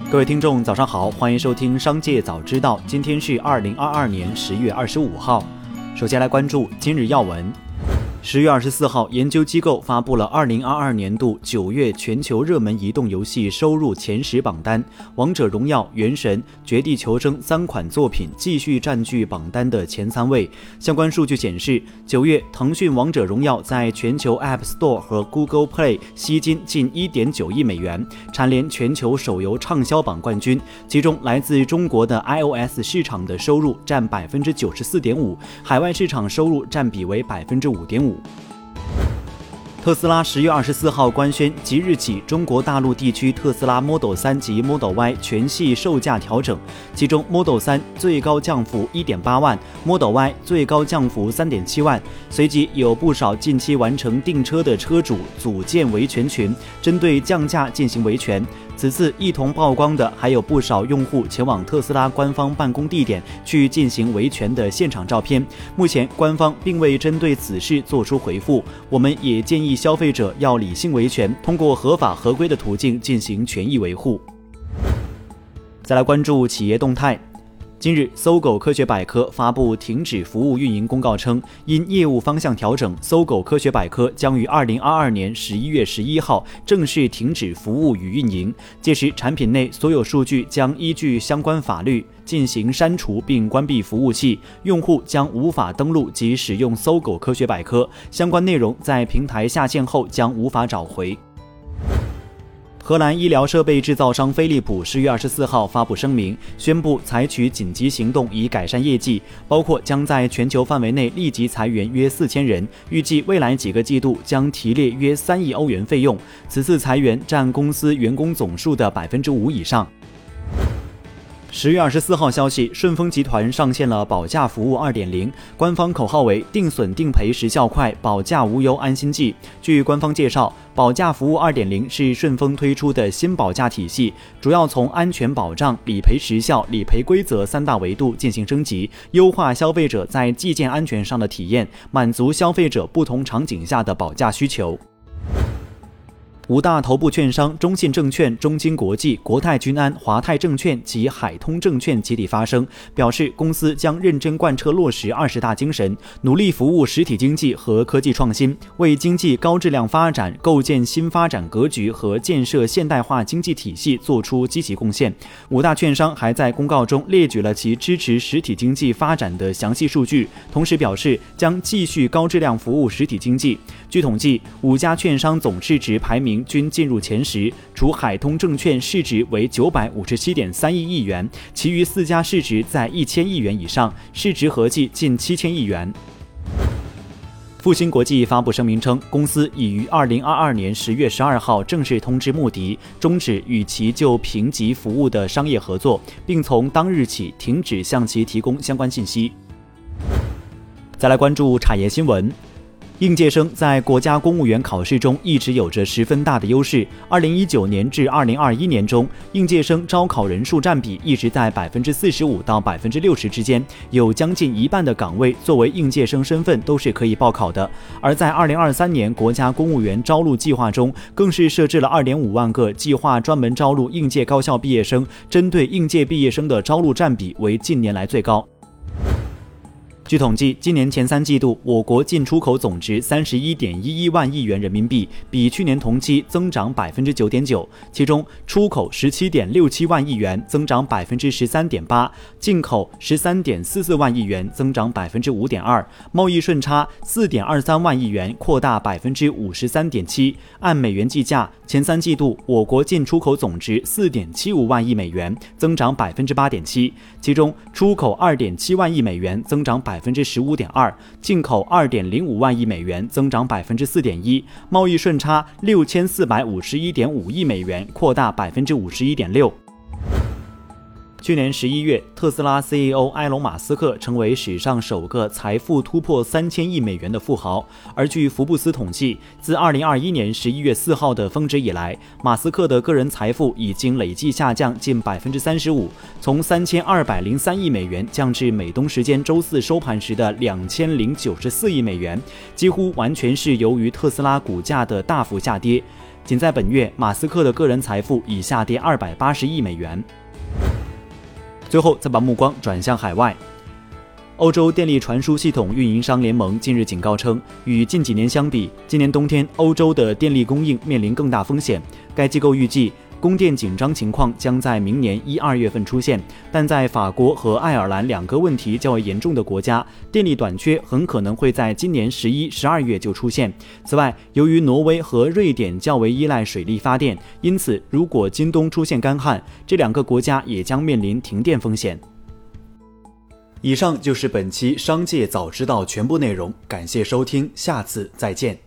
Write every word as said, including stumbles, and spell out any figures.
各位听众早上好，欢迎收听商界早知道，今天是二零二二年十月二十五号。首先来关注今日要闻。十月二十四号，研究机构发布了二零二二年度九月全球热门移动游戏收入前十榜单，王者荣耀、原神、绝地求生三款作品继续占据榜单的前三位。相关数据显示，九月腾讯王者荣耀在全球 App Store 和 Google Play 吸金近 一点九亿美元，蝉联全球手游畅销榜冠军。其中来自中国的 iOS 市场的收入占 百分之九十四点五， 海外市场收入占比为 百分之五点五。特斯拉十月二十四号官宣，即日起中国大陆地区特斯拉 Model 三及 Model Y 全系售价调整，其中 Model 三最高降幅 一点八万， Model Y 最高降幅 三点七万。随即有不少近期完成订车的车主组建维权群，针对降价进行维权。此次一同曝光的还有不少用户前往特斯拉官方办公地点去进行维权的现场照片。目前官方并未针对此事做出回复，我们也建议消费者要理性维权，通过合法合规的途径进行权益维护。再来关注企业动态。今日，搜狗科学百科发布停止服务运营公告称，因业务方向调整，搜狗科学百科将于二零二二年十一月十一号正式停止服务与运营。届时，产品内所有数据将依据相关法律进行删除并关闭服务器，用户将无法登录及使用搜狗科学百科，相关内容在平台下线后将无法找回。荷兰医疗设备制造商飞利浦十月二十四号发布声明，宣布采取紧急行动以改善业绩，包括将在全球范围内立即裁员约四千人，预计未来几个季度将提列约三亿欧元费用。此次裁员占公司员工总数的百分之五以上。十月二十四号消息，顺丰集团上线了保价服务 二点零， 官方口号为定损定赔时效快，保价无忧安心记。据官方介绍，保价服务 二点零 是顺丰推出的新保价体系，主要从安全保障、理赔时效、理赔规则三大维度进行升级，优化消费者在寄件安全上的体验，满足消费者不同场景下的保价需求。五大头部券商中信证券、中金国际、国泰君安、华泰证券及海通证券集体发声，表示公司将认真贯彻落实二十大精神，努力服务实体经济和科技创新，为经济高质量发展构建新发展格局和建设现代化经济体系做出积极贡献。五大券商还在公告中列举了其支持实体经济发展的详细数据，同时表示将继续高质量服务实体经济。据统计，五家券商总市值排名均进入前十，除海通证券市值为 九百五十七点三亿亿元，其余四家市值在一千亿元以上，市值合计近七千亿元。复星国际发布声明称，公司已于二零二二年十月十二号正式通知穆迪，终止与其就评级服务的商业合作，并从当日起停止向其提供相关信息。再来关注产业新闻。应届生在国家公务员考试中一直有着十分大的优势。二零一九年至二零二一年中，应届生招考人数占比一直在 百分之四十五 到 百分之六十 之间，有将近一半的岗位作为应届生身份都是可以报考的。而在二零二三年国家公务员招录计划中，更是设置了 二点五万个计划专门招录应届高校毕业生，针对应届毕业生的招录占比为近年来最高。据统计，今年前三季度，我国进出口总值 三十一点一一万亿元人民币，比去年同期增长 百分之九点九， 其中出口 十七点六七万亿元，增长 百分之十三点八， 进口 十三点四四万亿元，增长 百分之五点二， 贸易顺差 四点二三万亿元，扩大 百分之五十三点七。 按美元计价，前三季度我国进出口总值 四点七五万亿美元，增长 百分之八点七， 其中出口 二点七万亿美元，增长 百分之十五点二， 进口 二点零五万亿美元，增长 百分之四点一， 贸易顺差 六千四百五十一点五亿美元，扩大 百分之五十一点六。 去年十一月，特斯拉 C E O 埃隆·马斯克成为史上首个财富突破三千亿美元的富豪。而据福布斯统计，自二零二一年十一月四号的峰值以来，马斯克的个人财富已经累计下降近百分之三十五，从三千二百零三亿美元降至美东时间周四收盘时的两千零九十四亿美元，几乎完全是由于特斯拉股价的大幅下跌。仅在本月，马斯克的个人财富已下跌二百八十亿美元。最后再把目光转向海外，欧洲电力传输系统运营商联盟近日警告称，与近几年相比，今年冬天欧洲的电力供应面临更大风险。该机构预计，供电紧张情况将在明年一二月份出现，但在法国和爱尔兰两个问题较为严重的国家，电力短缺很可能会在今年十一、十二月就出现。此外，由于挪威和瑞典较为依赖水力发电，因此如果今冬出现干旱，这两个国家也将面临停电风险。以上就是本期商界早知道全部内容，感谢收听，下次再见。